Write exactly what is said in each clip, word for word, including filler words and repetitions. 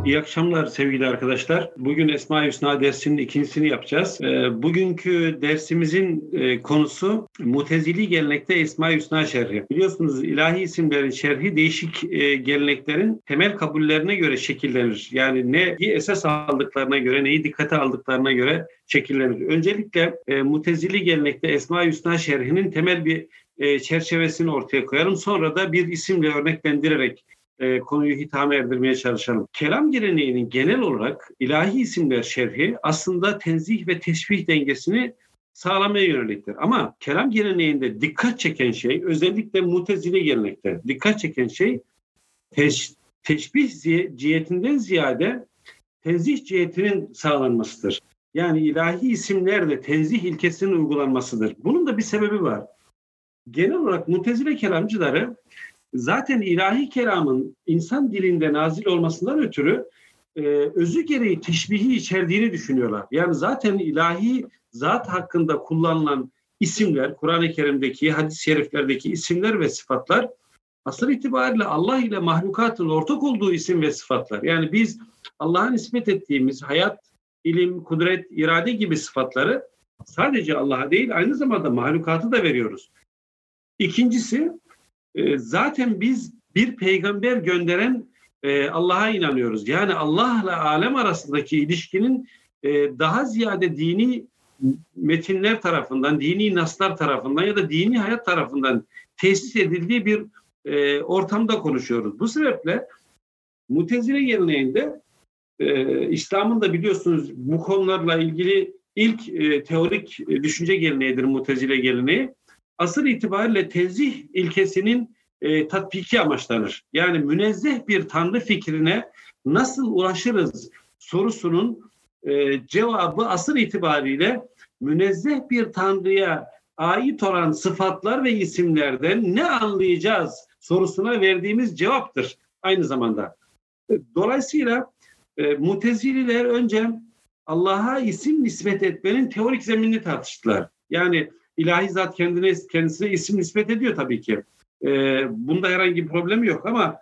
İyi akşamlar sevgili arkadaşlar. Bugün Esma-i Hüsna dersinin ikincisini yapacağız. Bugünkü dersimizin konusu Mutezili gelenekte Esma-i Hüsna şerhi. Biliyorsunuz ilahi isimlerin şerhi değişik geleneklerin temel kabullerine göre şekillenir. Yani neyi esas aldıklarına göre, neyi dikkate aldıklarına göre şekillenir. Öncelikle Mutezili gelenekte Esma-i Hüsna şerhinin temel bir çerçevesini ortaya koyalım. Sonra da bir isimle örneklendirerek E, konuyu hitame erdirmeye çalışalım. Kelam geleneğinin genel olarak ilahi isimler şerhi aslında tenzih ve teşbih dengesini sağlamaya yöneliktir. Ama kelam geleneğinde dikkat çeken şey, özellikle Mutezile gelenekte dikkat çeken şey teş, teşbih cihetinden ziyade tenzih cihetinin sağlanmasıdır. Yani ilahi isimlerde tenzih ilkesinin uygulanmasıdır. Bunun da bir sebebi var. Genel olarak Mutezile kelamcıları zaten ilahi kelamın insan dilinde nazil olmasından ötürü e, özü gereği teşbihi içerdiğini düşünüyorlar. Yani zaten ilahi zat hakkında kullanılan isimler, Kur'an-ı Kerim'deki, hadis-i şeriflerdeki isimler ve sıfatlar asıl itibariyle Allah ile mahlukatın ortak olduğu isim ve sıfatlar. Yani biz Allah'a nispet ettiğimiz hayat, ilim, kudret, irade gibi sıfatları sadece Allah'a değil aynı zamanda mahlukatı da veriyoruz. İkincisi, zaten biz bir peygamber gönderen e, Allah'a inanıyoruz. Yani Allah'la alem arasındaki ilişkinin e, daha ziyade dini metinler tarafından, dini naslar tarafından ya da dini hayat tarafından tesis edildiği bir e, ortamda konuşuyoruz. Bu sebeple Mutezile geleneğinde e, İslam'ın da biliyorsunuz bu konularla ilgili ilk e, teorik e, düşünce geleneğidir Mutezile geleneği. Asıl itibariyle tenzih ilkesinin e, tatbiki amaçlanır. Yani münezzeh bir tanrı fikrine nasıl ulaşırız sorusunun e, cevabı asıl itibariyle münezzeh bir tanrıya ait olan sıfatlar ve isimlerden ne anlayacağız sorusuna verdiğimiz cevaptır aynı zamanda. Dolayısıyla e, Mutezililer önce Allah'a isim nispet etmenin teorik zeminini tartıştılar. Yani İlahi zat kendine kendisine isim nispet ediyor tabii ki. Ee, bunda herhangi bir problemi yok ama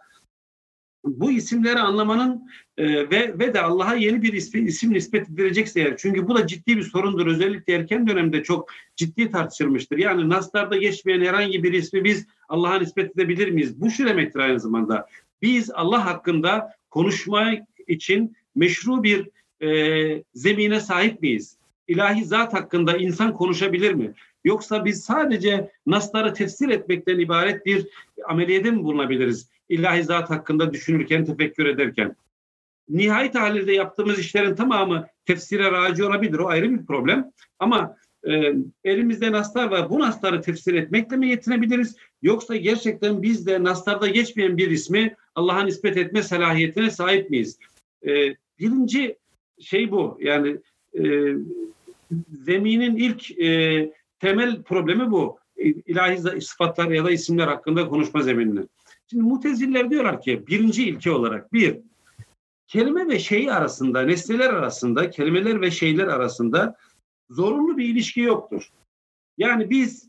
bu isimleri anlamanın e, ve ve de Allah'a yeni bir isim, isim nispet edilecekse eğer, çünkü bu da ciddi bir sorundur. Özellikle erken dönemde çok ciddi tartışılmıştır. Yani naslarda geçmeyen herhangi bir ismi biz Allah'a nispet edebilir miyiz? Bu şu demektir aynı zamanda. Biz Allah hakkında konuşma için meşru bir e, zemine sahip miyiz? İlahi zat hakkında insan konuşabilir mi? Yoksa biz sadece nasları tefsir etmekten ibaret bir ameliyede mi bulunabiliriz? İlahi zat hakkında düşünürken, tefekkür ederken. Nihai tahlilde yaptığımız işlerin tamamı tefsire raci olabilir. O ayrı bir problem. Ama e, elimizde naslar var. Bu nasları tefsir etmekle mi yetinebiliriz? Yoksa gerçekten biz de naslarda geçmeyen bir ismi Allah'a nispet etme salahiyetine sahip miyiz? E, birinci şey bu. Yani e, zeminin ilk e, temel problemi bu. İlahi sıfatlar ya da isimler hakkında konuşma zeminini. Şimdi Mutezililer diyorlar ki birinci ilke olarak bir, kelime ve şey arasında, nesneler arasında, kelimeler ve şeyler arasında zorunlu bir ilişki yoktur. Yani biz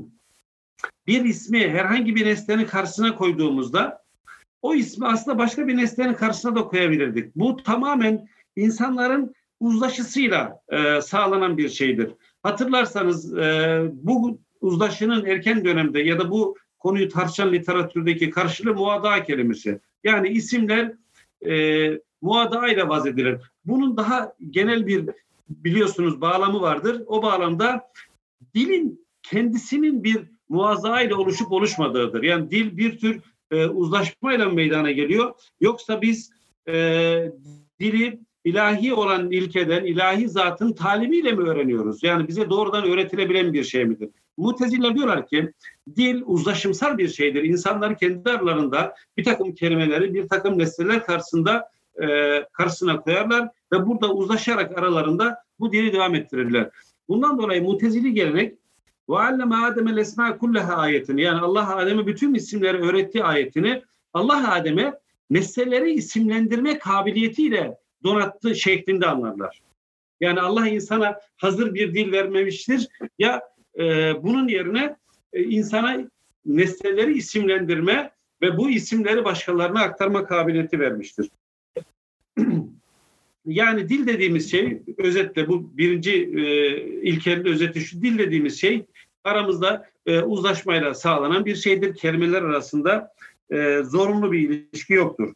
bir ismi herhangi bir nesnenin karşısına koyduğumuzda o ismi aslında başka bir nesnenin karşısına da koyabilirdik. Bu tamamen insanların uzlaşısıyla e, sağlanan bir şeydir. Hatırlarsanız e, bu uzlaşının erken dönemde ya da bu konuyu tartışan literatürdeki karşılığı muada kelimesi. Yani isimler e, muada ile vaz edilir. Bunun daha genel bir biliyorsunuz bağlamı vardır. O bağlamda dilin kendisinin bir muazaa ile oluşup oluşmadığıdır. Yani dil bir tür e, uzlaşmayla meydana geliyor. Yoksa biz e, dili ilahi olan ilkeden, ilahi zatın talimiyle mi öğreniyoruz? Yani bize doğrudan öğretilebilen bir şey midir? Mutezililer diyorlar ki dil uzlaşımsal bir şeydir. İnsanlar kendi aralarında bir takım kelimeleri, bir takım nesneler karşısında e, karşısına koyarlar ve burada uzlaşarak aralarında bu dili devam ettirirler. Bundan dolayı Mutezili gelenek وَعَلَّمَ آدَمَ الْاَسْمَاءَ كُلَّهَا ayetini, yani Allah Adem'e bütün isimleri öğrettiği ayetini Allah Adem'e nesneleri isimlendirme kabiliyetiyle donattı şeklinde anlarlar. Yani Allah insana hazır bir dil vermemiştir. Ya e, bunun yerine e, insana nesneleri isimlendirme ve bu isimleri başkalarına aktarma kabiliyeti vermiştir. Yani dil dediğimiz şey, özetle bu birinci e, ilkenin özeti şu: dil dediğimiz şey aramızda e, uzlaşmayla sağlanan bir şeydir. Kelimeler arasında e, zorunlu bir ilişki yoktur.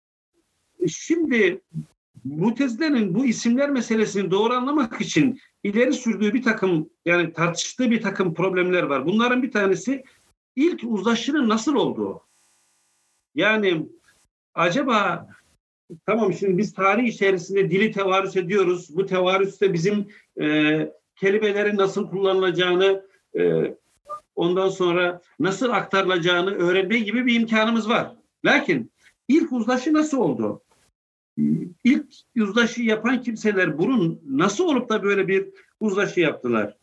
Şimdi Mutezile'nin bu isimler meselesini doğru anlamak için ileri sürdüğü bir takım, yani tartıştığı bir takım problemler var. Bunların bir tanesi ilk uzlaşının nasıl olduğu. Yani acaba tamam, şimdi biz tarih içerisinde dili tevarüs ediyoruz. Bu tevarüste bizim e, kelimelerin nasıl kullanılacağını, e, ondan sonra nasıl aktarılacağını öğrenme gibi bir imkanımız var. Lakin ilk uzlaşı nasıl oldu? İlk uzlaşı yapan kimseler bunun nasıl olup da böyle bir uzlaşı yaptılar?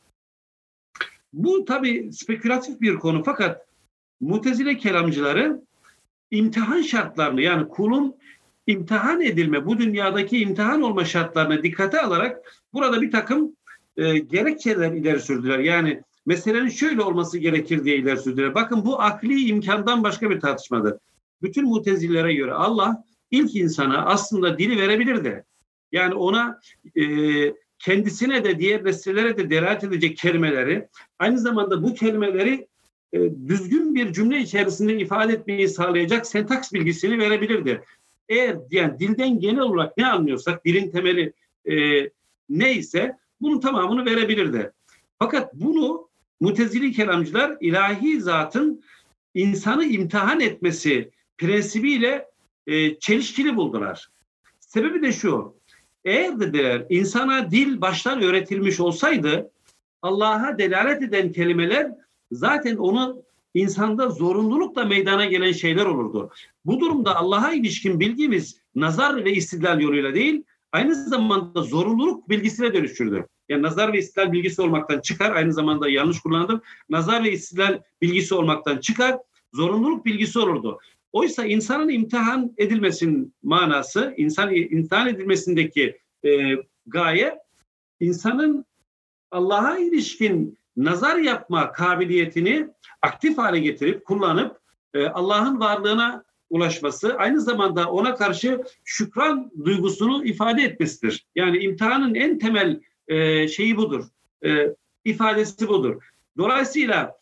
Bu tabii spekülatif bir konu, fakat Mutezile kelamcıları imtihan şartlarını, yani kulun imtihan edilme, bu dünyadaki imtihan olma şartlarına dikkate alarak burada bir takım e, gerekçeler ileri sürdüler. Yani meselenin şöyle olması gerekir diye ileri sürdüler. Bakın, bu akli imkandan başka bir tartışmadır. Bütün Mutezilelere göre Allah ilk insana aslında dili verebilirdi. Yani ona e, kendisine de diğer nesillere de delalet edecek kelimeleri, aynı zamanda bu kelimeleri e, düzgün bir cümle içerisinde ifade etmeyi sağlayacak sentaks bilgisini verebilirdi. Eğer yani dilden genel olarak ne anlıyorsak, dilin temeli e, neyse bunun tamamını verebilirdi. Fakat bunu Mutezili kelamcılar ilahi zatın insanı imtihan etmesi prensibiyle e, çelişkili buldular. Sebebi de şu: eğer dediler insana dil baştan öğretilmiş olsaydı, Allah'a delalet eden kelimeler zaten onu insanda zorunlulukla meydana gelen şeyler olurdu. Bu durumda Allah'a ilişkin bilgimiz nazar ve istidlal yoluyla değil, aynı zamanda zorunluluk bilgisine dönüşürdü. Yani nazar ve istidlal bilgisi olmaktan çıkar, aynı zamanda yanlış kullandım. Nazar ve istidlal bilgisi olmaktan çıkar, zorunluluk bilgisi olurdu. Oysa insanın imtihan edilmesinin manası, insan imtihan edilmesindeki e, gaye, insanın Allah'a ilişkin nazar yapma kabiliyetini aktif hale getirip, kullanıp e, Allah'ın varlığına ulaşması, aynı zamanda ona karşı şükran duygusunu ifade etmesidir. Yani imtihanın en temel e, şeyi budur, e, ifadesi budur. Dolayısıyla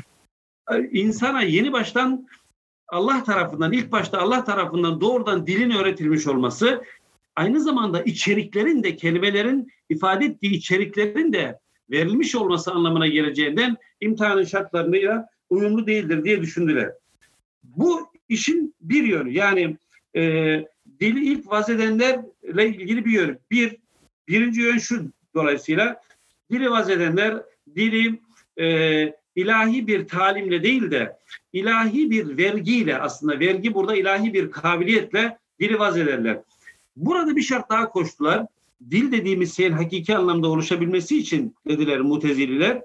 e, insana yeni baştan Allah tarafından, ilk başta Allah tarafından doğrudan dilin öğretilmiş olması, aynı zamanda içeriklerin de, kelimelerin ifade ettiği içeriklerin de verilmiş olması anlamına geleceğinden imtihanın şartlarıyla uyumlu değildir diye düşündüler. Bu işin bir yönü, yani e, dili ilk vazedenlerle ilgili bir yönü. Bir, birinci yön şu: dolayısıyla dili vazedenler dili e, ilahi bir talimle değil de ilahi bir vergiyle, aslında vergi burada ilahi bir kabiliyetle dili vazederler. Burada bir şart daha koştular. Dil dediğimiz şeyin hakiki anlamda oluşabilmesi için, dediler Mutezililer,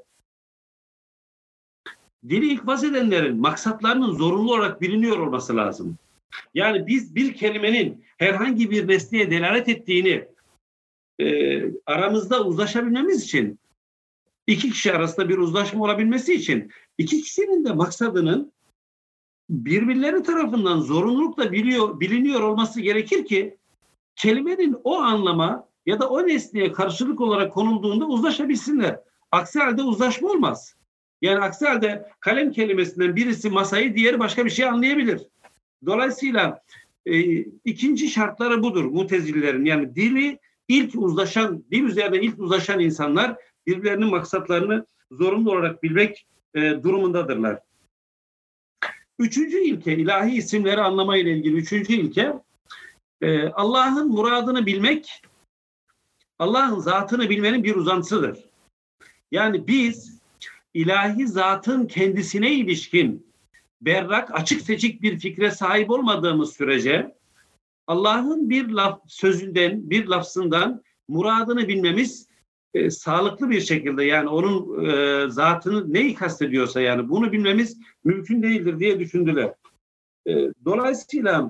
dili ilk vazedenlerin maksatlarının zorunlu olarak biliniyor olması lazım. Yani biz bir kelimenin herhangi bir nesneye delalet ettiğini e, aramızda uzlaşabilmemiz için, iki kişi arasında bir uzlaşma olabilmesi için iki kişinin de maksadının birbirleri tarafından zorunlulukla biliyor, biliniyor olması gerekir ki kelimenin o anlama ya da o nesneye karşılık olarak konulduğunda uzlaşabilsinler. Aksi halde uzlaşma olmaz. Yani aksi halde kalem kelimesinden birisi masayı, diğeri başka bir şey anlayabilir. Dolayısıyla e, ikinci şartları budur Mutezililerin. Yani dili ilk uzlaşan, dil üzerine ilk uzlaşan insanlar birbirlerinin maksatlarını zorunlu olarak bilmek e, durumundadırlar. Üçüncü ilke, ilahi isimleri anlamayla ilgili üçüncü ilke, e, Allah'ın muradını bilmek, Allah'ın zatını bilmenin bir uzantısıdır. Yani biz ilahi zatın kendisine ilişkin berrak, açık seçik bir fikre sahip olmadığımız sürece Allah'ın bir laf, sözünden, bir lafzından muradını bilmemiz e, sağlıklı bir şekilde, yani onun e, zatını neyi kastediyorsa, yani bunu bilmemiz mümkün değildir diye düşündüler. E, dolayısıyla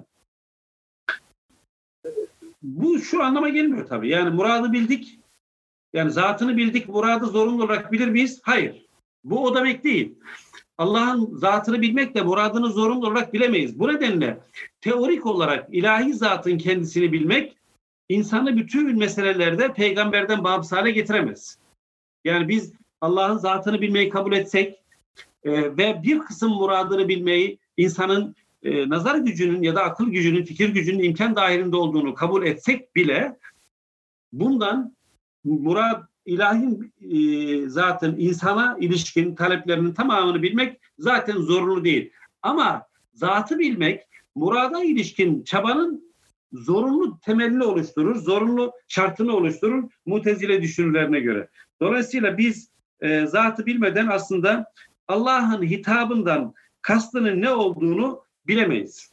e, bu şu anlama gelmiyor tabii. Yani muradı bildik, yani zatını bildik, muradı zorunlu olarak bilir miyiz? Hayır. Bu o demek değil. Allah'ın zatını bilmekle muradını zorunlu olarak bilemeyiz. Bu nedenle teorik olarak ilahi zatın kendisini bilmek insanı bütün meselelerde peygamberden bağımsız hale getiremez. Yani biz Allah'ın zatını bilmeyi kabul etsek e, ve bir kısım muradını bilmeyi insanın e, nazar gücünün ya da akıl gücünün, fikir gücünün imkan dahilinde olduğunu kabul etsek bile bundan murad ilahi e, zatın insana ilişkin taleplerinin tamamını bilmek zaten zorunlu değil. Ama zatı bilmek murada ilişkin çabanın zorunlu temelini oluşturur, zorunlu şartını oluşturur Mutezile düşünürlerine göre. Dolayısıyla biz e, zatı bilmeden aslında Allah'ın hitabından kastının ne olduğunu bilemeyiz.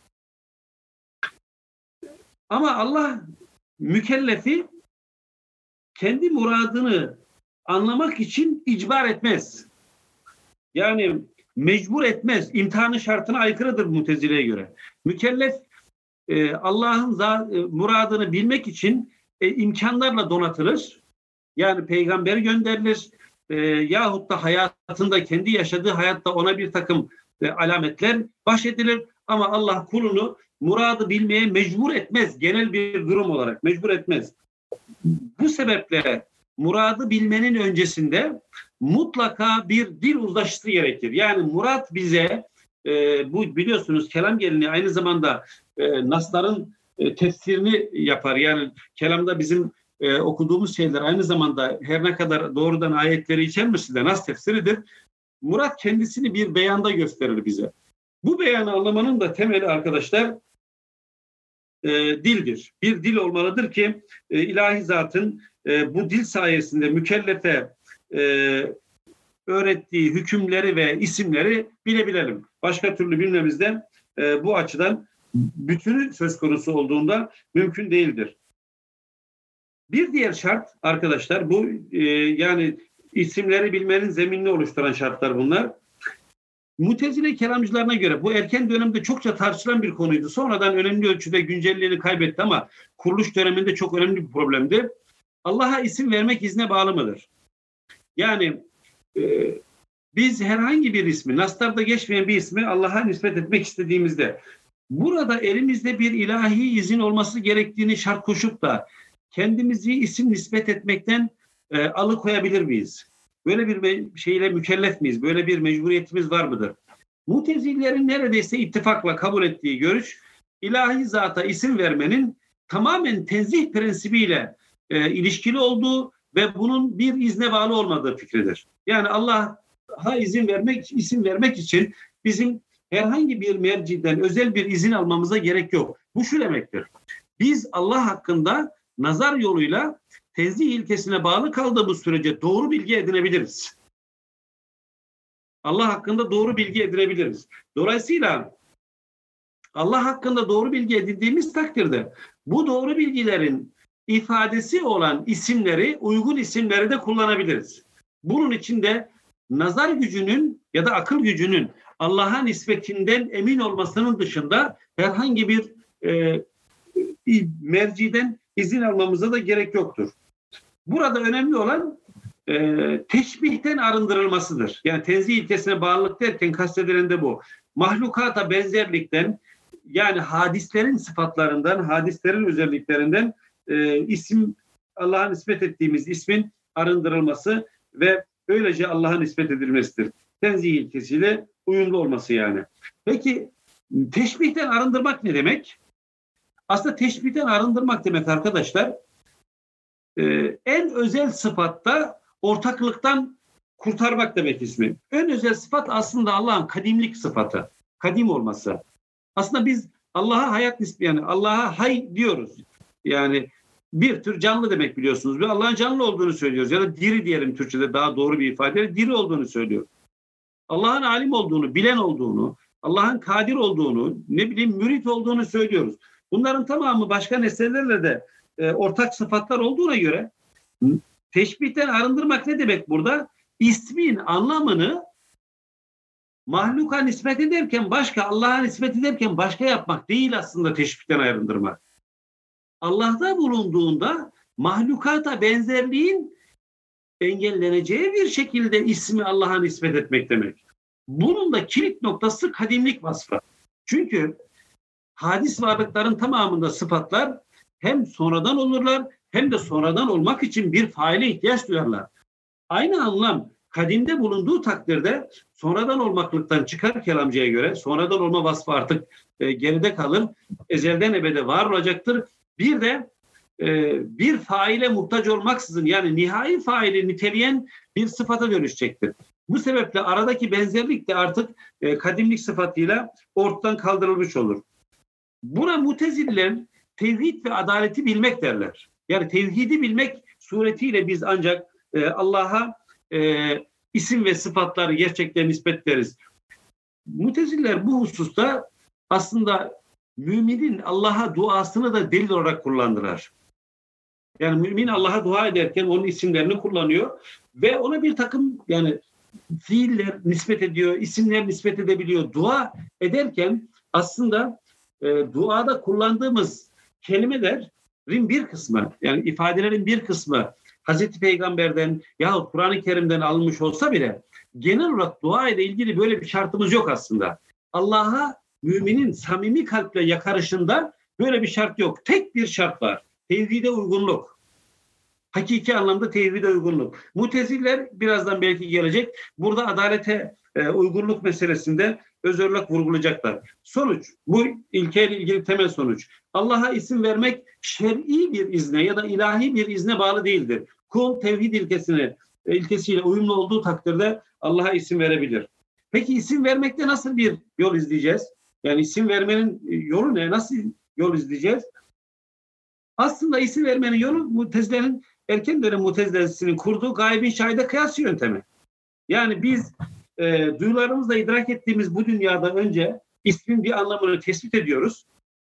Ama Allah mükellefi kendi muradını anlamak için icbar etmez. Yani mecbur etmez. İmtihanın şartına aykırıdır Mutezile'ye göre. Mükellef e, Allah'ın za- e, muradını bilmek için e, imkanlarla donatılır. Yani peygamberi gönderilir. E, yahut da hayatında, kendi yaşadığı hayatta ona bir takım e, alametler bahşedilir. Ama Allah kulunu muradı bilmeye mecbur etmez. Genel bir durum olarak mecbur etmez. Bu sebeple muradı bilmenin öncesinde mutlaka bir dil uzlaşısı gerekir. Yani murat bize e, bu biliyorsunuz kelam geleneği aynı zamanda e, nasların e, tefsirini yapar. Yani kelamda bizim e, okuduğumuz şeyler aynı zamanda her ne kadar doğrudan ayetleri içermesi de nas tefsiridir. Murat kendisini bir beyanda gösterir bize. Bu beyanı anlamanın da temeli arkadaşlar e, dildir. Bir dil olmalıdır ki e, ilahi zatın e, bu dil sayesinde mükellefe e, öğrettiği hükümleri ve isimleri bilebilelim. Başka türlü bilmemizde e, bu açıdan bütünü söz konusu olduğunda mümkün değildir. Bir diğer şart arkadaşlar bu e, yani isimleri bilmenin zeminini oluşturan şartlar bunlar. Mutezile kelamcılarına göre bu erken dönemde çokça tartışılan bir konuydu. Sonradan önemli ölçüde güncelliğini kaybetti ama kuruluş döneminde çok önemli bir problemdi. Allah'a isim vermek izne bağlı mıdır? Yani e, biz herhangi bir ismi, naslarda geçmeyen bir ismi Allah'a nispet etmek istediğimizde burada elimizde bir ilahi izin olması gerektiğini şart koşup da kendimizi isim nispet etmekten e, alıkoyabilir miyiz? Böyle bir şeyle mükellef miyiz? Böyle bir mecburiyetimiz var mıdır? Mutezililerin neredeyse ittifakla kabul ettiği görüş, ilahi zata isim vermenin tamamen tenzih prensibiyle e, ilişkili olduğu ve bunun bir izne bağlı olmadığı fikridir. Yani Allah'a izin vermek, isim vermek için bizim herhangi bir merciden özel bir izin almamıza gerek yok. Bu şu demektir. Biz Allah hakkında nazar yoluyla tenzih ilkesine bağlı kaldığımız sürece doğru bilgi edinebiliriz. Allah hakkında doğru bilgi edinebiliriz. Dolayısıyla Allah hakkında doğru bilgi edindiğimiz takdirde bu doğru bilgilerin ifadesi olan isimleri, uygun isimleri de kullanabiliriz. Bunun için de nazar gücünün ya da akıl gücünün Allah'a nispetinden emin olmasının dışında herhangi bir e, merciden izin almamıza da gerek yoktur. Burada önemli olan e, teşbihten arındırılmasıdır. Yani tenzih ilkesine bağlılık derken kastedilen de bu. Mahlukata benzerlikten yani hadislerin sıfatlarından, hadislerin özelliklerinden e, isim Allah'a nispet ettiğimiz ismin arındırılması ve böylece Allah'a nispet edilmesidir. Tenzih ilkesiyle uyumlu olması yani. Peki teşbihten arındırmak ne demek? Aslında teşbihten arındırmak demek arkadaşlar Ee, en özel sıfatta ortaklıktan kurtarmak demek ismi. En özel sıfat aslında Allah'ın kadimlik sıfatı. Kadim olması. Aslında biz Allah'a hayat nispeti yani Allah'a hay diyoruz. Yani bir tür canlı demek biliyorsunuz. Ve Allah'ın canlı olduğunu söylüyoruz. Ya da diri diyelim Türkçe'de daha doğru bir ifadeyle diri olduğunu söylüyor. Allah'ın alim olduğunu, bilen olduğunu, Allah'ın kadir olduğunu, ne bileyim mürit olduğunu söylüyoruz. Bunların tamamı başka nesnelerle de e, ortak sıfatlar olduğuna göre teşbihten arındırmak ne demek burada? İsmin anlamını mahluka nispet ederken başka, Allah'a nispet ederken başka yapmak değil aslında teşbihten arındırmak. Allah'ta bulunduğunda mahlukata benzerliğin engelleneceği bir şekilde ismi Allah'a nispet etmek demek. Bunun da kilit noktası kadimlik vasfı. Çünkü hadis varlıkların tamamında sıfatlar hem sonradan olurlar hem de sonradan olmak için bir faile ihtiyaç duyarlar. Aynı anlam kadimde bulunduğu takdirde sonradan olmaklıktan çıkar kelamcıya göre. Sonradan olma vasfı artık e, geride kalır. Ezelden ebede var olacaktır. Bir de e, bir faile muhtaç olmaksızın, yani nihai faili niteleyen bir sıfata dönüşecektir. Bu sebeple aradaki benzerlik de artık e, kadimlik sıfatıyla ortadan kaldırılmış olur. Buna Mutezililer tevhid ve adaleti bilmek derler. Yani tevhidi bilmek suretiyle biz ancak e, Allah'a e, isim ve sıfatları gerçekten nispet ederiz. Mutezililer bu hususta aslında müminin Allah'a duasını da delil olarak kullandılar. Yani mümin Allah'a dua ederken onun isimlerini kullanıyor ve ona bir takım yani fiiller nispet ediyor, isimler nispet edebiliyor. Dua ederken aslında e, duada kullandığımız kelimelerin bir kısmı, yani ifadelerin bir kısmı Hazreti Peygamber'den yahut Kur'an-ı Kerim'den alınmış olsa bile genel olarak dua ile ilgili böyle bir şartımız yok aslında. Allah'a müminin samimi kalple yakarışında böyle bir şart yok. Tek bir şart var. Tevhide uygunluk. Hakiki anlamda tevhide uygunluk. Mutezililer birazdan belki gelecek. Burada adalete e, uygunluk meselesinde özürlük vurgulayacaklar. Sonuç, bu ilkeyle ilgili temel sonuç. Allah'a isim vermek şer'i bir izne ya da ilahi bir izne bağlı değildir. Kul tevhid ilkesine, ilkesiyle uyumlu olduğu takdirde Allah'a isim verebilir. Peki isim vermekte nasıl bir yol izleyeceğiz? Yani isim vermenin yolu ne? Nasıl yol izleyeceğiz? Aslında isim vermenin yolu Mutezile'nin, erken dönem Mutezile'sinin kurduğu gaybin şahide kıyas yöntemi. Yani biz e, duyularımızla idrak ettiğimiz bu dünyada önce ismin bir anlamını tespit ediyoruz.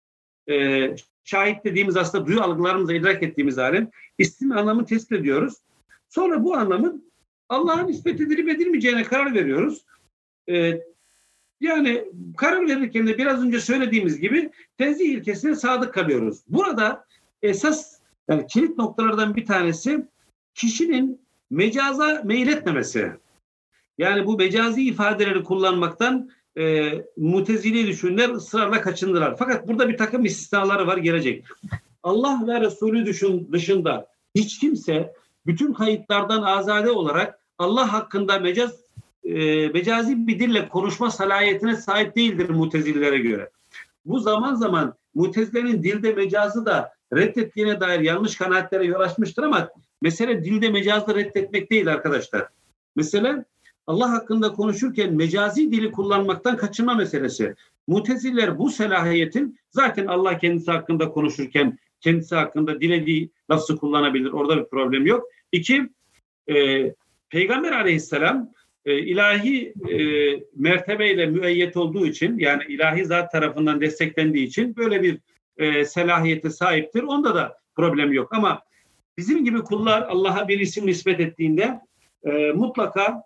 E, şahit dediğimiz aslında duyu algılarımızla idrak ettiğimiz halin ismin anlamını tespit ediyoruz. Sonra bu anlamın Allah'a nispet edilip edilmeyeceğine karar veriyoruz. E, yani karar verirken de biraz önce söylediğimiz gibi tenzih ilkesine sadık kalıyoruz. Burada esas yani kilit noktalardan bir tanesi kişinin mecaza meyletmemesi. Yani bu mecazi ifadeleri kullanmaktan e, Mutezili düşünürler ısrarla kaçındılar. Fakat burada bir takım istisnaları var, gelecek. Allah ve Resulü düşün, dışında hiç kimse bütün kayıtlardan azade olarak Allah hakkında mecaz, e, mecazi bir dille konuşma salayetine sahip değildir Mutezililere göre. Bu zaman zaman Mutezilerin dilde mecazı da reddettiğine dair yanlış kanaatlere yol açmıştır ama mesele dilde mecazı reddetmek değil arkadaşlar. Mesele Allah hakkında konuşurken mecazi dili kullanmaktan kaçınma meselesi. Mutezililer bu selahiyetin zaten Allah kendisi hakkında konuşurken kendisi hakkında dilediği lafzı kullanabilir. Orada bir problem yok. İki, e, Peygamber aleyhisselam e, ilahi e, mertebeyle müeyyet olduğu için, yani ilahi zat tarafından desteklendiği için böyle bir e, selahiyete sahiptir. Onda da problem yok. Ama bizim gibi kullar Allah'a bir isim nispet ettiğinde e, mutlaka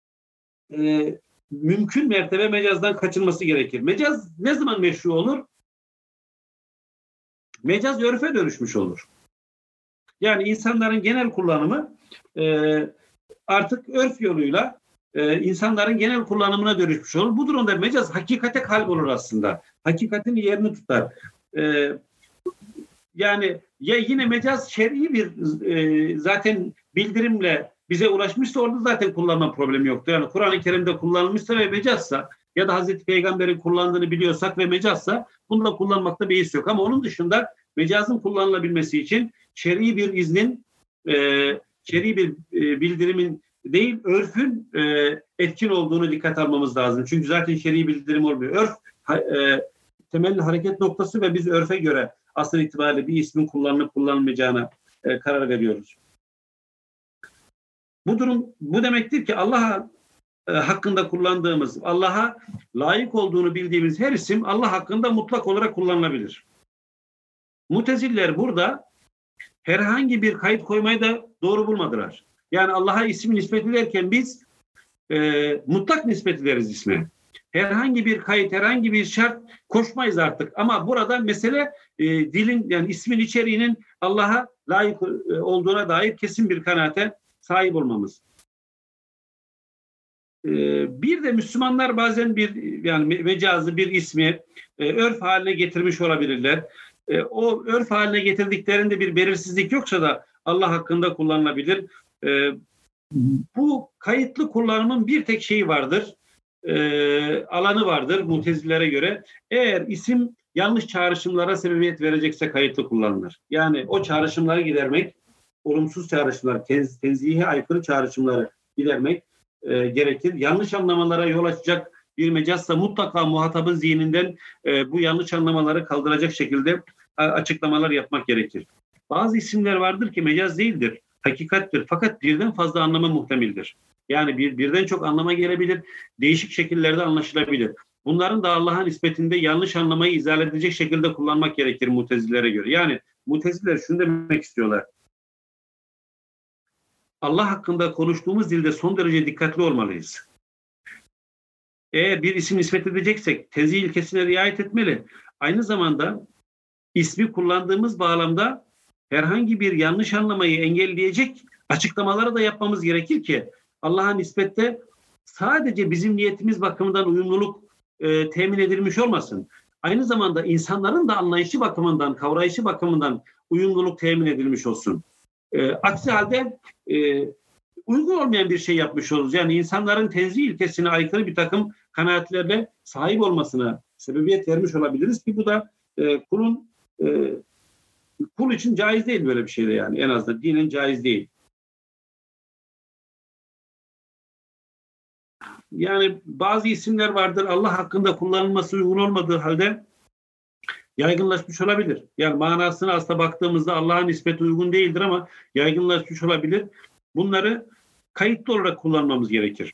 e, mümkün mertebe mecazdan kaçınması gerekir. Mecaz ne zaman meşru olur? Mecaz örfe dönüşmüş olur. Yani insanların genel kullanımı e, artık örf yoluyla e, insanların genel kullanımına dönüşmüş olur. Bu durumda mecaz hakikate kalp olur aslında. Hakikatin yerini tutar. E, yani ya yine mecaz şer'i bir e, zaten bildirimle bize ulaşmışsa orada zaten kullanma problemi yoktur. Yani Kur'an-ı Kerim'de kullanılmışsa ve mecazsa ya da Hazreti Peygamber'in kullandığını biliyorsak ve mecazsa bunu da kullanmakta beis yok. Ama onun dışında mecazın kullanılabilmesi için şer'i bir iznin, e, şer'i bir e, bildirimin değil, örfün e, etkin olduğunu dikkat almamız lazım. Çünkü zaten şer'i bildirim olmuyor. Örf e, temelli hareket noktası ve biz örfe göre asıl itibariyle bir ismin kullanılıp kullanılmayacağına e, karar veriyoruz. Bu durum bu demektir ki Allah'a e, hakkında kullandığımız, Allah'a layık olduğunu bildiğimiz her isim Allah hakkında mutlak olarak kullanılabilir. Mutezililer burada herhangi bir kayıt koymayı da doğru bulmadılar. Yani Allah'a isim nispet ederken biz e, mutlak nispet ederiz isme. Herhangi bir kayıt, herhangi bir şart koşmayız artık. Ama burada mesele e, dilin, yani ismin içeriğinin Allah'a layık e, olduğuna dair kesin bir kanaate sahip olmamız. E, bir de Müslümanlar bazen bir yani mecazı bir ismi e, örf haline getirmiş olabilirler. e, o örf haline getirdiklerinde bir belirsizlik yoksa da Allah hakkında kullanılabilir. E, bu kayıtlı kullanımın bir tek şeyi vardır. E, alanı vardır Mutezililere göre. Eğer isim yanlış çağrışımlara sebebiyet verecekse kayıtlı kullanılır. Yani o çağrışımları gidermek, olumsuz çağrışımlar, tenz, tenzihe aykırı çağrışımları gidermek e, gerekir. Yanlış anlamalara yol açacak bir mecazsa mutlaka muhatabın zihninden e, bu yanlış anlamaları kaldıracak şekilde a, açıklamalar yapmak gerekir. Bazı isimler vardır ki mecaz değildir, hakikattir. Fakat birden fazla anlama muhtemildir. Yani bir, birden çok anlama gelebilir, değişik şekillerde anlaşılabilir. Bunların da Allah'a nispetinde yanlış anlamayı izah edecek şekilde kullanmak gerekir Mutezililere göre. Yani Muteziler şunu demek istiyorlar. Allah hakkında konuştuğumuz dilde son derece dikkatli olmalıyız. Eğer bir isim nispet edeceksek tenzih ilkesine riayet etmeli. Aynı zamanda ismi kullandığımız bağlamda herhangi bir yanlış anlamayı engelleyecek açıklamaları da yapmamız gerekir ki Allah'a nispette sadece bizim niyetimiz bakımından uyumluluk e, temin edilmiş olmasın. Aynı zamanda insanların da anlayışı bakımından, kavrayışı bakımından uyumluluk temin edilmiş olsun. E, aksi halde e, uygun olmayan bir şey yapmış oluruz. Yani insanların tenzih ilkesine aykırı bir takım kanaatlerle sahip olmasına sebebiyet vermiş olabiliriz ki bu da e, kulun e, kul için caiz değil böyle bir şeyde yani en azından dinen caiz değil. Yani bazı isimler vardır Allah hakkında kullanılması uygun olmadığı halde yaygınlaşmış olabilir. Yani manasına aslında baktığımızda Allah'a nispet uygun değildir ama yaygınlaşmış olabilir. Bunları kayıtlı olarak kullanmamız gerekir.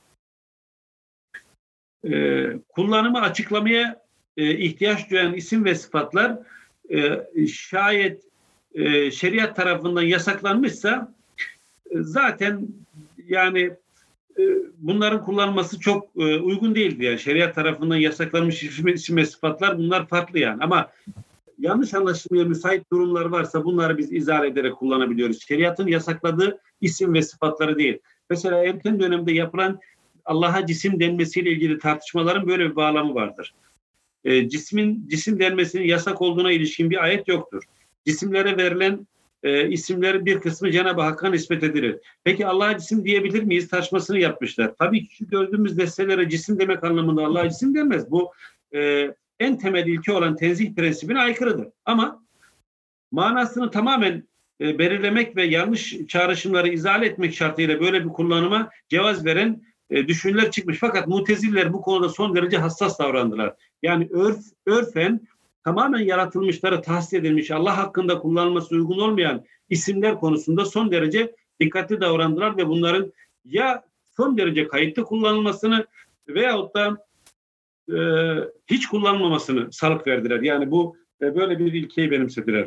Ee, kullanımı açıklamaya e, ihtiyaç duyan isim ve sıfatlar e, şayet e, şeriat tarafından yasaklanmışsa e, zaten yani e, bunların kullanılması çok e, uygun değildi. Yani şeriat tarafından yasaklanmış isim, isim ve sıfatlar bunlar farklı yani. Ama yanlış anlaşılmaya müsait durumlar varsa bunları biz izah ederek kullanabiliyoruz. Şeriatın yasakladığı isim ve sıfatları değil. Mesela erken dönemde yapılan Allah'a cisim denmesiyle ilgili tartışmaların böyle bir bağlamı vardır. E, cismin cisim denmesinin yasak olduğuna ilişkin bir ayet yoktur. Cisimlere verilen e, isimlerin bir kısmı Cenab-ı Hakk'a nispet edilir. Peki Allah'a cisim diyebilir miyiz? Tartışmasını yapmışlar. Tabii ki şu gördüğümüz nesnelere cisim demek anlamında Allah'a cisim denmez. Bu e, en temel ilke olan tenzih prensibine aykırıdır. Ama manasını tamamen e, belirlemek ve yanlış çağrışımları izale etmek şartıyla böyle bir kullanıma cevaz veren e, düşünürler çıkmış. Fakat Mutezililer bu konuda son derece hassas davrandılar. Yani örf, örfen tamamen yaratılmışlara tahsis edilmiş, Allah hakkında kullanılması uygun olmayan isimler konusunda son derece dikkatli davrandılar ve bunların ya son derece kayıtlı kullanılmasını veyahut da e, hiç kullanılmamasını salık verdiler. Yani bu e, böyle bir ilkeyi benimsediler.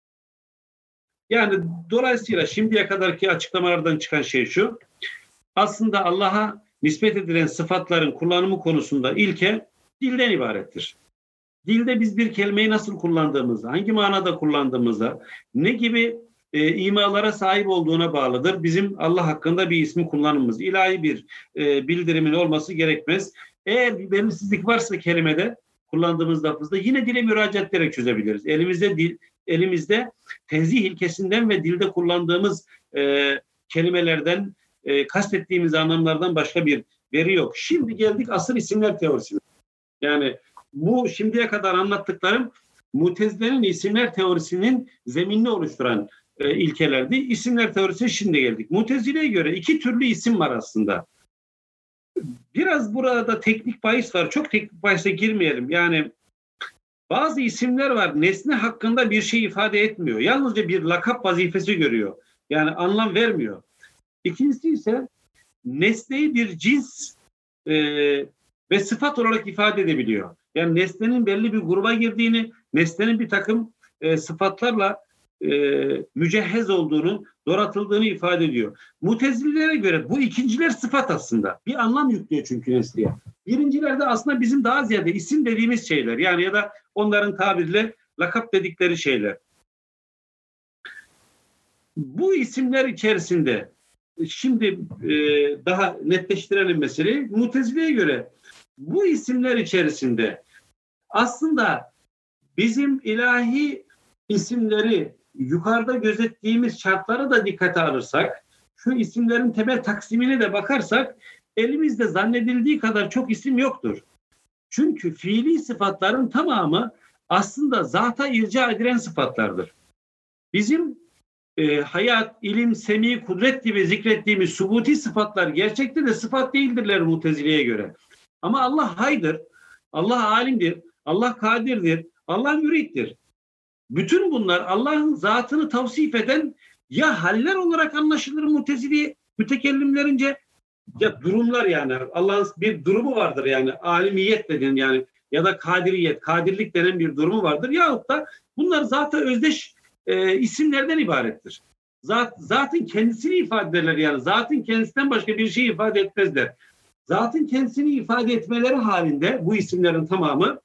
Yani dolayısıyla şimdiye kadarki açıklamalardan çıkan şey şu. Aslında Allah'a nispet edilen sıfatların kullanımı konusunda ilke dilden ibarettir. Dilde biz bir kelimeyi nasıl kullandığımıza, hangi manada kullandığımıza, ne gibi e, imalara sahip olduğuna bağlıdır. Bizim Allah hakkında bir ismi kullanımımız. İlahi bir e, bildirimin olması gerekmez. Eğer bir belirsizlik varsa kelimede, kullandığımız lafızda yine dile müracaat ederek çözebiliriz. Elimizde dil, elimizde tenzih ilkesinden ve dilde kullandığımız e, kelimelerden, e, kastettiğimiz anlamlardan başka bir veri yok. Şimdi geldik asıl isimler teorisine. Yani bu şimdiye kadar anlattıklarım Mutezilerin isimler teorisinin zeminini oluşturan e, ilkelerdi. İsimler teorisine şimdi geldik. Mutezile'ye göre iki türlü isim var aslında. Biraz burada teknik bahis var. Çok teknik bahise girmeyelim. Yani bazı isimler var. Nesne hakkında bir şey ifade etmiyor. Yalnızca bir lakap vazifesi görüyor. Yani anlam vermiyor. İkincisi ise nesneyi bir cins e, ve sıfat olarak ifade edebiliyor. Yani nesnenin belli bir gruba girdiğini, nesnenin bir takım e, sıfatlarla e, mücehhez olduğunu, donatıldığını ifade ediyor. Mutezililere göre bu ikinciler sıfat aslında. Bir anlam yüklüyor çünkü nesneye. Birinciler de aslında bizim daha ziyade isim dediğimiz şeyler. Yani ya da onların tabiriyle lakap dedikleri şeyler. Bu isimler içerisinde şimdi e, daha netleştirelim meseleyi. Mutezile'ye göre bu isimler içerisinde aslında bizim ilahi isimleri yukarıda gözettiğimiz şartları da dikkate alırsak, şu isimlerin temel taksimine de bakarsak elimizde zannedildiği kadar çok isim yoktur. Çünkü fiili sıfatların tamamı aslında zata irca edilen sıfatlardır. Bizim e, hayat, ilim, semi, kudret gibi zikrettiğimiz subuti sıfatlar gerçekte de sıfat değildirler Mutezile'ye göre. Ama Allah haydır, Allah alimdir, Allah kadirdir, Allah mürittir. Bütün bunlar Allah'ın zatını tavsif eden ya haller olarak anlaşılır Mutezili mütekellimlerince, ya durumlar, yani Allah'ın bir durumu vardır, yani alimiyet denen, yani ya da kadiriyet, kadirlik denen bir durumu vardır, yahut da bunlar zaten özdeş e, isimlerden ibarettir. Zat, zatın kendisini ifade ederler, yani zatın kendisinden başka bir şey ifade etmezler. Zatın kendisini ifade etmeleri halinde bu isimlerin tamamı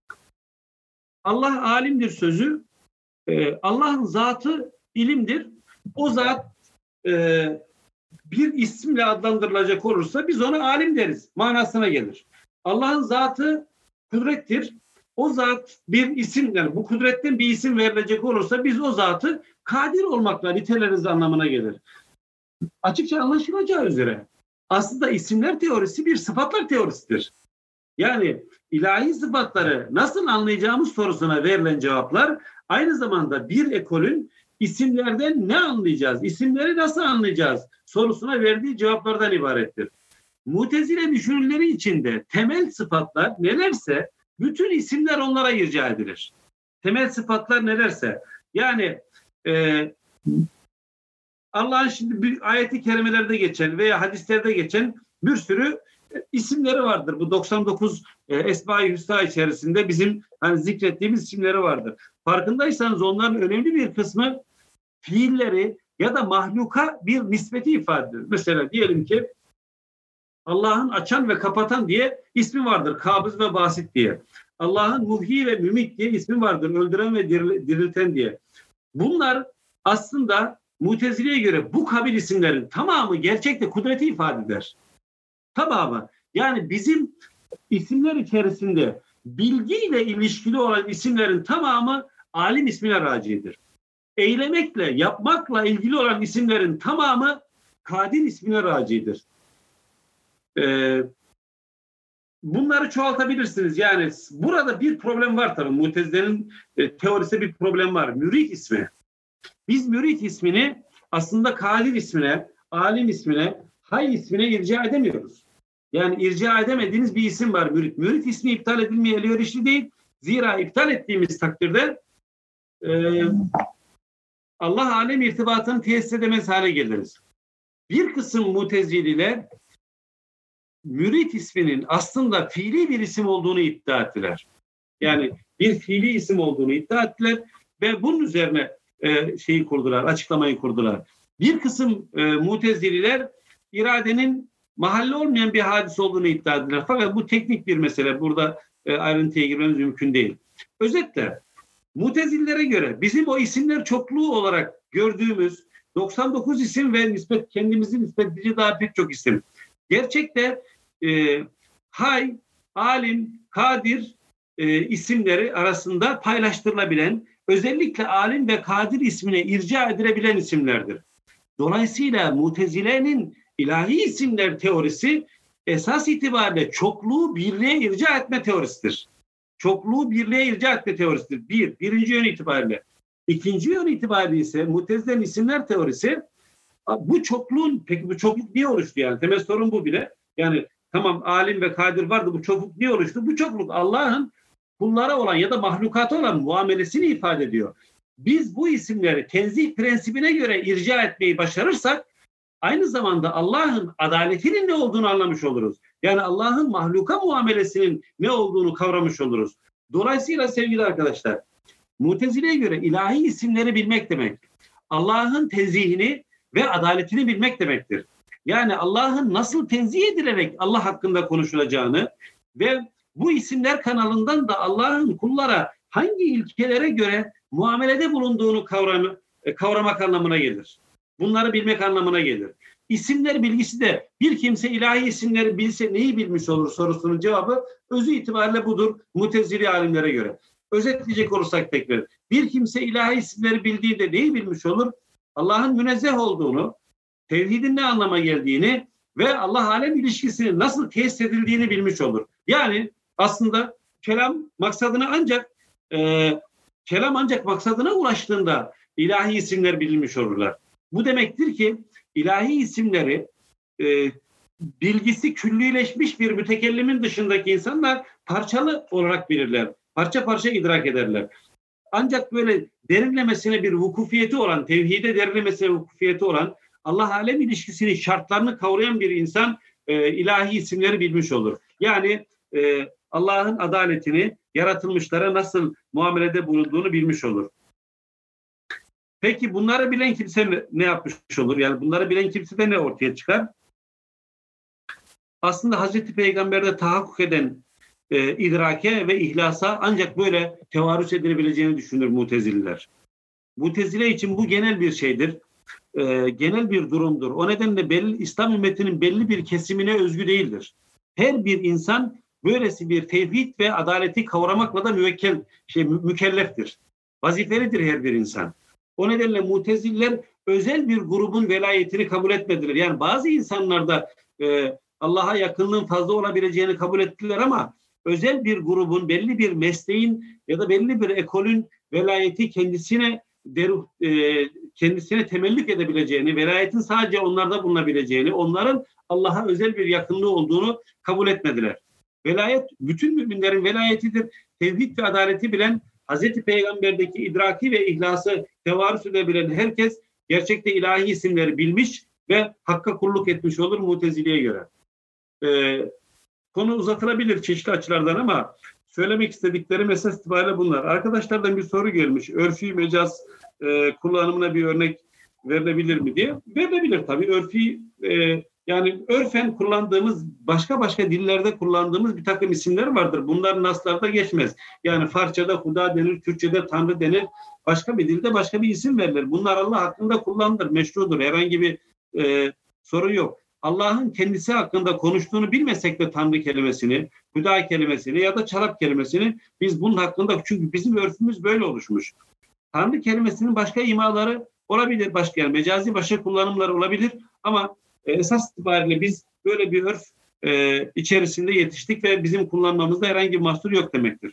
Allah alimdir sözü, e, Allah'ın zatı ilimdir. O zat e, bir isimle adlandırılacak olursa biz ona alim deriz manasına gelir. Allah'ın zatı kudrettir. O zat bir isim, yani bu kudretten bir isim verilecek olursa biz o zatı kadir olmakla niteleriz anlamına gelir. Açıkça anlaşılacağı üzere aslında isimler teorisi bir sıfatlar teorisidir. Yani ilahi sıfatları nasıl anlayacağımız sorusuna verilen cevaplar aynı zamanda bir ekolün isimlerden ne anlayacağız, isimleri nasıl anlayacağız sorusuna verdiği cevaplardan ibarettir. Mutezile düşünürleri içinde temel sıfatlar nelerse bütün isimler onlara irca edilir. Temel sıfatlar nelerse, yani e, Allah'ın şimdi bir ayeti kerimelerde geçen veya hadislerde geçen bir sürü isimleri vardır. Bu doksan dokuz e, Esma-i Hüsna içerisinde bizim hani zikrettiğimiz isimleri vardır. Farkındaysanız onların önemli bir kısmı fiilleri ya da mahluka bir nispeti ifade edilir. Mesela diyelim ki Allah'ın açan ve kapatan diye ismi vardır. Kabız ve basit diye. Allah'ın muhyi ve mümit diye ismi vardır. Öldüren ve dirilten diye. Bunlar aslında Mutezile'ye göre bu kabil isimlerin tamamı gerçekte kudreti ifade eder. Tamamı. Yani bizim isimler içerisinde bilgiyle ilişkili olan isimlerin tamamı alim ismine racidir. Eylemekle, yapmakla ilgili olan isimlerin tamamı kadir ismine racidir. Ee, bunları çoğaltabilirsiniz. Yani burada bir problem var tabii. Mutezile'nin e, teorisinde bir problem var. Mürit ismi. Biz mürit ismini aslında kadir ismine, alim ismine, hay ismine irca edemiyoruz. Yani irca edemediğiniz bir isim var mürit. Mürit ismi iptal edilmeye elverişli değil. Zira iptal ettiğimiz takdirde e, Allah alem irtibatını tesis edemez hale geliriz. Bir kısım Mutezililer mürit isminin aslında fiili bir isim olduğunu iddia ettiler. Yani bir fiili isim olduğunu iddia ettiler ve bunun üzerine e, şeyi kurdular, açıklamayı kurdular. Bir kısım e, Mutezililer iradenin mahalli olmayan bir hadis olduğunu iddia ettiler. Fakat bu teknik bir mesele. Burada e, ayrıntıya girmemiz mümkün değil. Özetle Mutezililere göre bizim o isimler çokluğu olarak gördüğümüz doksan dokuz isim ve nispet kendimizi nispet edici daha pek çok isim. Gerçekte e, hay, alim, kadir e, isimleri arasında paylaştırılabilen, özellikle alim ve kadir ismine irca edilebilen isimlerdir. Dolayısıyla Mutezile'nin ilahi isimler teorisi esas itibariyle çokluğu birliğe irca etme teorisidir. Çokluğu birliğe irca etme teorisidir. Bir, birinci yön itibariyle. İkinci yön itibariyle ise Mutezile'nin isimler teorisi bu çokluğun, peki bu çokluk niye oluştu yani? Temel sorun bu bile. Yani tamam alim ve kadir vardı, bu çokluk niye oluştu? Bu çokluk Allah'ın kullara olan ya da mahlukata olan muamelesini ifade ediyor. Biz bu isimleri tenzih prensibine göre irca etmeyi başarırsak aynı zamanda Allah'ın adaletinin ne olduğunu anlamış oluruz. Yani Allah'ın mahluka muamelesinin ne olduğunu kavramış oluruz. Dolayısıyla sevgili arkadaşlar, Mutezile'ye göre ilahi isimleri bilmek demek, Allah'ın tenzihini ve adaletini bilmek demektir. Yani Allah'ın nasıl tenzih edilerek Allah hakkında konuşulacağını ve bu isimler kanalından da Allah'ın kullara hangi ilkelere göre muamelede bulunduğunu kavramı, kavramak anlamına gelir. Bunları bilmek anlamına gelir. İsimler bilgisi de bir kimse ilahi isimleri bilse neyi bilmiş olur sorusunun cevabı özü itibariyle budur Mutezili alimlere göre. Özetleyecek olursak tekrar. Bir kimse ilahi isimleri bildiğinde neyi bilmiş olur? Allah'ın münezzeh olduğunu, tevhidin ne anlama geldiğini ve Allah-alem ilişkisinin nasıl tesis edildiğini bilmiş olur. Yani aslında kelam maksadına ancak e, kelam ancak maksadına ulaştığında ilahi isimler bilinmiş olurlar. Bu demektir ki ilahi isimleri e, bilgisi küllüleşmiş bir mütekellimin dışındaki insanlar parçalı olarak bilirler. Parça parça idrak ederler. Ancak böyle derinlemesine bir vukufiyeti olan, tevhide derinlemesine vukufiyeti olan, Allah-alem ilişkisinin şartlarını kavrayan bir insan e, ilahi isimleri bilmiş olur. Yani e, Allah'ın adaletini, yaratılmışlara nasıl muamelede bulunduğunu bilmiş olur. Peki bunları bilen kimse ne yapmış olur? Yani bunları bilen kimse de ne ortaya çıkar? Aslında Hazreti Peygamber'de tahakkuk eden e, idrake ve ihlasa ancak böyle tevarüs edilebileceğini düşünür Mutezililer. Mutezile için bu genel bir şeydir. E, genel bir durumdur. O nedenle belli, İslam ümmetinin belli bir kesimine özgü değildir. Her bir insan böylesi bir tevhid ve adaleti kavramakla da müvekkel, şey, mükelleftir. Vazifelidir her bir insan. O nedenle Mutezililer özel bir grubun velayetini kabul etmediler. Yani bazı insanlarda e, Allah'a yakınlığın fazla olabileceğini kabul ettiler ama özel bir grubun, belli bir mesleğin ya da belli bir ekolün velayeti kendisine deruh, e, kendisine temellük edebileceğini, velayetin sadece onlarda bulunabileceğini, onların Allah'a özel bir yakınlığı olduğunu kabul etmediler. Velayet bütün müminlerin velayetidir. Tevhid ve adaleti bilen, Hazreti Peygamber'deki idraki ve ihlası tevarüs edebilen herkes gerçekte ilahi isimleri bilmiş ve hakka kulluk etmiş olur Mutezili'ye göre. Ee, konu uzatılabilir çeşitli açılardan ama söylemek istediklerim esas itibariyle bunlar. Arkadaşlardan bir soru gelmiş. Örfi mecaz e, kullanımına bir örnek verilebilir mi diye. Verilebilir tabii. Örfi e, yani örfen kullandığımız, başka başka dillerde kullandığımız bir takım isimler vardır. Bunlar naslarda geçmez. Yani Farsçada Huda denir, Türkçede Tanrı denir. Başka bir dilde başka bir isim verilir. Bunlar Allah hakkında kullanılır, meşrudur. Herhangi bir e, sorun yok. Allah'ın kendisi hakkında konuştuğunu bilmesek de Tanrı kelimesini, Huda kelimesini ya da Çalap kelimesini biz bunun hakkında, çünkü bizim örfümüz böyle oluşmuş. Tanrı kelimesinin başka imaları olabilir, başka yani mecazi başka kullanımları olabilir ama e, esas itibariyle biz böyle bir örf e, içerisinde yetiştik ve bizim kullanmamızda herhangi bir mahsur yok demektir.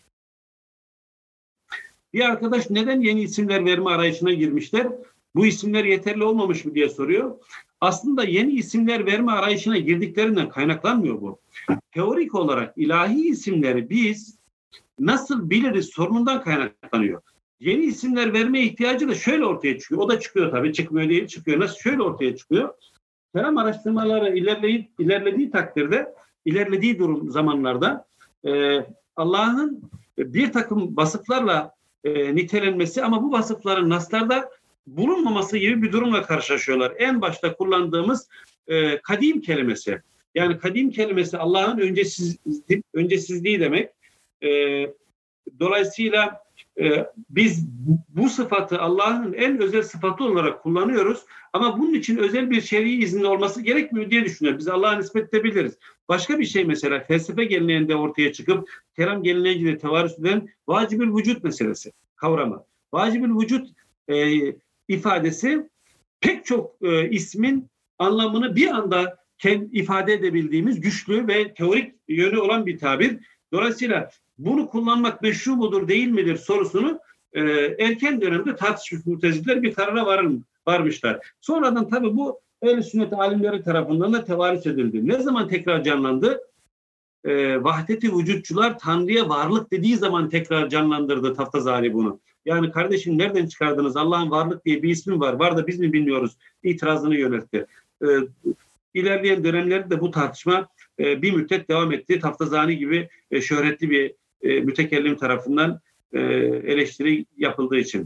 Bir arkadaş neden yeni isimler verme arayışına girmişler? Bu isimler yeterli olmamış mı diye soruyor. Aslında yeni isimler verme arayışına girdiklerinden kaynaklanmıyor bu. Teorik olarak ilahi isimleri biz nasıl biliriz sorunundan kaynaklanıyor. Yeni isimler verme ihtiyacı da şöyle ortaya çıkıyor. O da çıkıyor tabii, çıkmıyor değil, çıkıyor. Nasıl? Şöyle ortaya çıkıyor. Kelam araştırmaları ilerleyip, ilerlediği takdirde, ilerlediği durum zamanlarda e, Allah'ın bir takım vasıflarla e, nitelenmesi ama bu vasıfların naslarda bulunmaması gibi bir durumla karşılaşıyorlar. En başta kullandığımız e, kadim kelimesi. Yani kadim kelimesi Allah'ın öncesiz, öncesizliği demek. E, dolayısıyla e, biz bu sıfatı Allah'ın en özel sıfatı olarak kullanıyoruz. Ama bunun için özel bir şer'i izni olması gerekmiyor diye düşünüyoruz. Biz Allah'a nispet edebiliriz. Başka bir şey mesela felsefe geleneğinde ortaya çıkıp kelam geleneğinde tevarüs eden vacibül vücut meselesi, kavramı. Vacibül vücut e, ifadesi pek çok e, ismin anlamını bir anda kend, ifade edebildiğimiz güçlü ve teorik yönü olan bir tabir. Dolayısıyla bunu kullanmak meşru mudur değil midir sorusunu e, erken dönemde tartışmış Mutezileler bir karara varın, varmışlar. Sonradan tabii bu ehl-i sünnet alimleri tarafından da tevarüs edildi. Ne zaman tekrar canlandı? E, Vahdet-i vücutçular Tanrı'ya varlık dediği zaman tekrar canlandırdı Taftazani bunu. Yani kardeşim nereden çıkardınız? Allah'ın varlık diye bir ismi var. Var da biz mi bilmiyoruz? İtirazını yöneltti. Ee, ilerleyen dönemlerde de bu tartışma e, bir müddet devam etti. Taftazani gibi e, şöhretli bir e, mütekellim tarafından e, eleştiri yapıldığı için.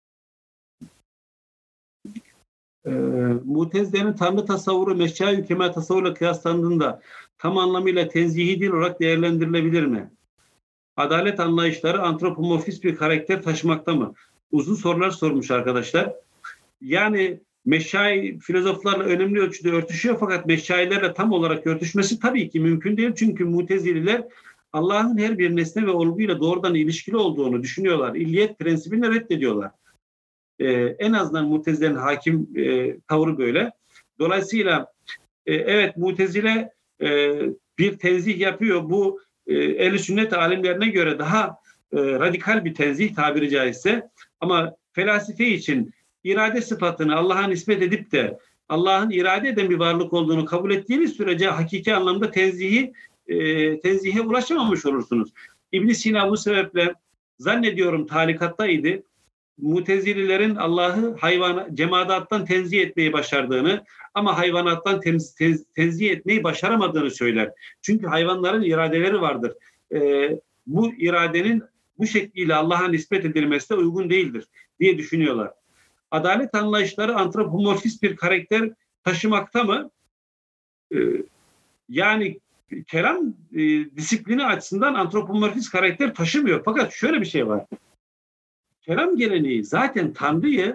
E, Mutezile'nin Tanrı tasavvuru meşya-i kemal tasavvurla kıyaslandığında tam anlamıyla tenzihi dil olarak değerlendirilebilir mi? Adalet anlayışları antropomorfist bir karakter taşımakta mı? Uzun sorular sormuş arkadaşlar. Yani meşai filozoflarla önemli ölçüde örtüşüyor fakat meşailerle tam olarak örtüşmesi tabii ki mümkün değil. Çünkü Mutezililer Allah'ın her bir nesne ve olguyla doğrudan ilişkili olduğunu düşünüyorlar. İlliyet prensibini reddediyorlar. Ee, en azından Mutezile'nin hakim e, tavrı böyle. Dolayısıyla e, evet Mutezile e, bir tenzih yapıyor. Bu e, ehl-i sünnet alimlerine göre daha e, radikal bir tenzih tabiri caizse. Ama felsefe için irade sıfatını Allah'a nispet edip de Allah'ın irade eden bir varlık olduğunu kabul ettiğiniz sürece hakiki anlamda tenzihi e, tenzihe ulaşamamış olursunuz. İbn Sina bu sebeple zannediyorum talikattaydı. Mutezililerin Allah'ı hayvan cemaattan tenzih etmeyi başardığını ama hayvanattan tez, tez, tenzih etmeyi başaramadığını söyler. Çünkü hayvanların iradeleri vardır. Ee, bu iradenin bu şekliyle Allah'a nispet edilmesi de uygun değildir diye düşünüyorlar. Adalet anlayışları antropomorfist bir karakter taşımakta mı? Ee, yani kelam e, disiplini açısından antropomorfist karakter taşımıyor. Fakat şöyle bir şey var. Kelam geleneği zaten Tanrı'yı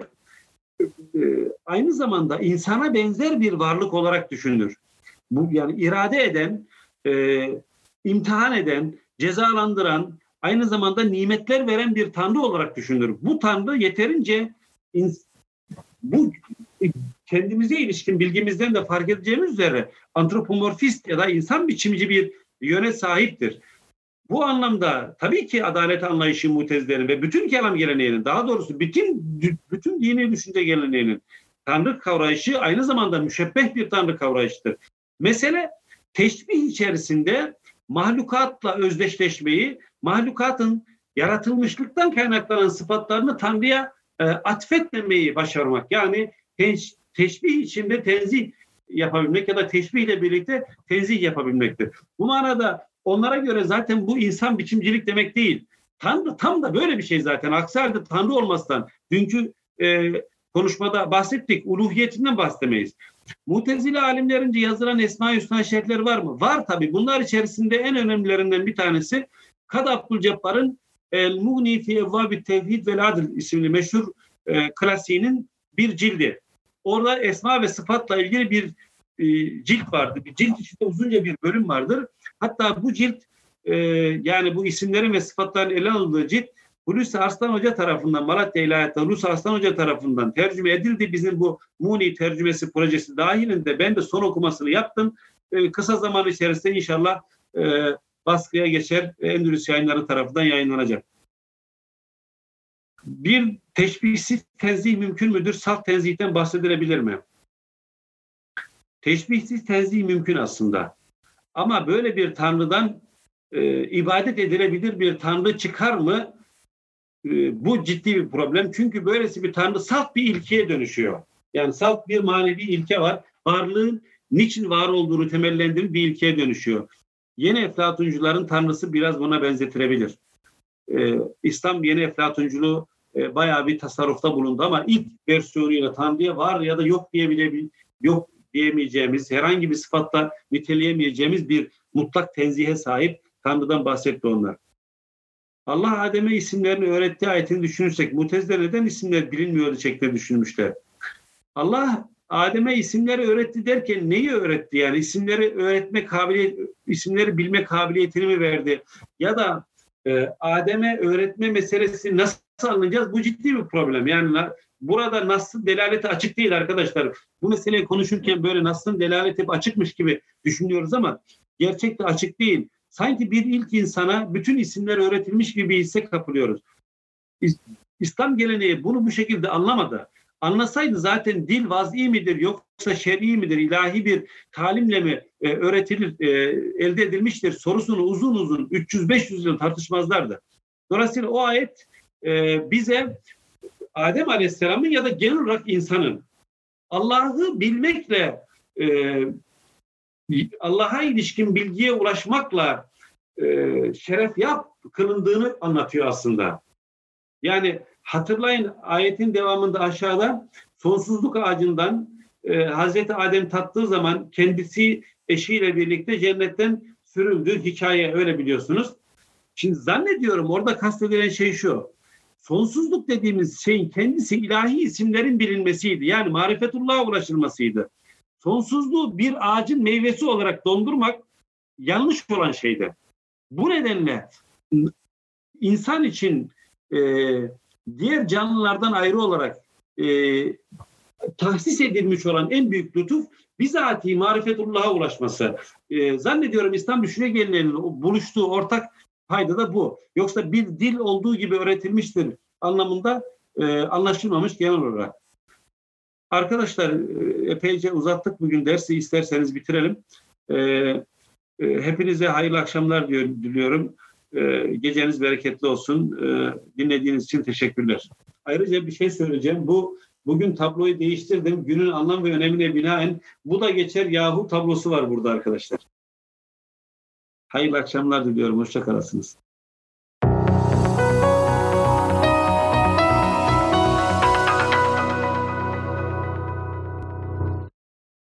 e, aynı zamanda insana benzer bir varlık olarak düşünür. Bu yani irade eden, e, imtihan eden, cezalandıran, aynı zamanda nimetler veren bir Tanrı olarak düşünür. Bu Tanrı yeterince in, bu kendimize ilişkin bilgimizden de fark edeceğimiz üzere antropomorfist ya da insan biçimci bir yöne sahiptir. Bu anlamda tabii ki adalet anlayışı Mutezilerin ve bütün kelam geleneğinin, daha doğrusu bütün bütün dini düşünce geleneğinin Tanrı kavrayışı aynı zamanda müşebbeh bir Tanrı kavrayışıdır. Mesele teşbih içerisinde mahlukatla özdeşleşmeyi, mahlukatın yaratılmışlıktan kaynaklanan sıfatlarını Tanrı'ya e, atfetmemeyi başarmak. Yani teş, teşbih içinde tenzih yapabilmek ya da teşbih ile birlikte tenzih yapabilmektir. Bu manada onlara göre zaten bu insan biçimcilik demek değil. Tanrı tam da böyle bir şey zaten. Aksi halde Tanrı olmazsan, dünkü e, konuşmada bahsettik, uluhiyetinden bahsedemeyiz. Mutezile alimlerince yazılan Esma-i Hüsna şerhleri var mı? Var tabii. Bunlar içerisinde en önemlilerinden bir tanesi Kad Abdülcebbar'ın El-Mughni fi Evvâbi Tevhid vel Adl isimli meşhur e, klasiğinin bir cildi. Orada esma ve sıfatla ilgili bir e, cilt vardı. Bir cilt içinde uzunca bir bölüm vardır. Hatta bu cilt e, yani bu isimlerin ve sıfatların ele alındığı cilt Hulusi Arslan Hoca tarafından, Malatya İlahiyat'ta Hulusi Arslan Hoca tarafından tercüme edildi. Bizim bu Muni tercümesi projesi dahilinde ben de son okumasını yaptım. E, kısa zaman içerisinde inşallah e, baskıya geçer. Endülüs Yayınları tarafından yayınlanacak. Bir teşbihsiz tenzih mümkün müdür? Salt tenzihten bahsedilebilir mi? Teşbihsiz tenzih mümkün aslında. Ama böyle bir Tanrı'dan e, ibadet edilebilir bir Tanrı çıkar mı? E, bu ciddi bir problem. Çünkü böylesi bir Tanrı salt bir ilkeye dönüşüyor. Yani salt bir manevi ilke var. Varlığın niçin var olduğunu temellendiren bir ilkeye dönüşüyor. Yeni Eflatuncuların Tanrısı biraz buna benzetilebilir. Ee, İslam yeni Eflatunculuğu e, bayağı bir tasarrufta bulundu ama ilk versiyonuyla Tanrı'ya var ya da yok diyebilebil yok diyemeyeceğimiz, herhangi bir sıfatla niteleyemeyeceğimiz bir mutlak tenzihe sahip Tanrı'dan bahsetti onlar. Allah Adem'e isimlerini öğrettiği ayetini düşünürsek Muteziler neden isimler bilinmiyordu şeklinde düşünmüşler. Allah Adem'e isimleri öğretti derken neyi öğretti? Yani isimleri öğretme kabiliyet, isimleri bilme kabiliyetini mi verdi? Ya da e, Adem'e öğretme meselesi nasıl anlayacağız? Bu ciddi bir problem. Yani burada Nas'ın delaleti açık değil arkadaşlar. Bu meseleyi konuşurken böyle Nas'ın delaleti açıkmış gibi düşünüyoruz ama gerçekte açık değil. Sanki bir ilk insana bütün isimler öğretilmiş gibi hisse kapılıyoruz. İslam geleneği bunu bu şekilde anlamadı. Anlasaydı zaten dil vaz'i midir yoksa şer'i midir, ilahi bir talimle mi e, öğretilir, e, elde edilmiştir sorusunu uzun uzun üç yüz beş yüz yıl tartışmazlardı. Dolayısıyla o ayet e, bize Adem Aleyhisselam'ın ya da genel olarak insanın Allah'ı bilmekle e, Allah'a ilişkin bilgiye ulaşmakla e, şeref yap kılındığını anlatıyor aslında. Yani hatırlayın ayetin devamında aşağıda sonsuzluk ağacından e, Hazreti Adem tattığı zaman kendisi eşiyle birlikte cennetten sürüldü. Hikaye öyle biliyorsunuz. Şimdi zannediyorum orada kastedilen şey şu. Sonsuzluk dediğimiz şeyin kendisi ilahi isimlerin bilinmesiydi. Yani marifetullah'a ulaşılmasıydı. Sonsuzluğu bir ağacın meyvesi olarak dondurmak yanlış olan şeydi. Bu nedenle insan için e, diğer canlılardan ayrı olarak e, tahsis edilmiş olan en büyük lütuf bizatihi marifetullah'a ulaşması. E, zannediyorum İslam düşüncegenlerinin buluştuğu ortak payda da bu. Yoksa bir dil olduğu gibi öğretilmiştir anlamında e, anlaşılmamış genel olarak. Arkadaşlar e, epeyce uzattık bugün dersi, isterseniz bitirelim. E, e, hepinize hayırlı akşamlar diyor, diliyorum. E, geceniz bereketli olsun. E, dinlediğiniz için teşekkürler. Ayrıca bir şey söyleyeceğim. Bu bugün tabloyu değiştirdim. Günün anlam ve önemine binaen bu da geçer yahu tablosu var burada arkadaşlar. Hayırlı akşamlar diliyorum. Hoşça kalasınız.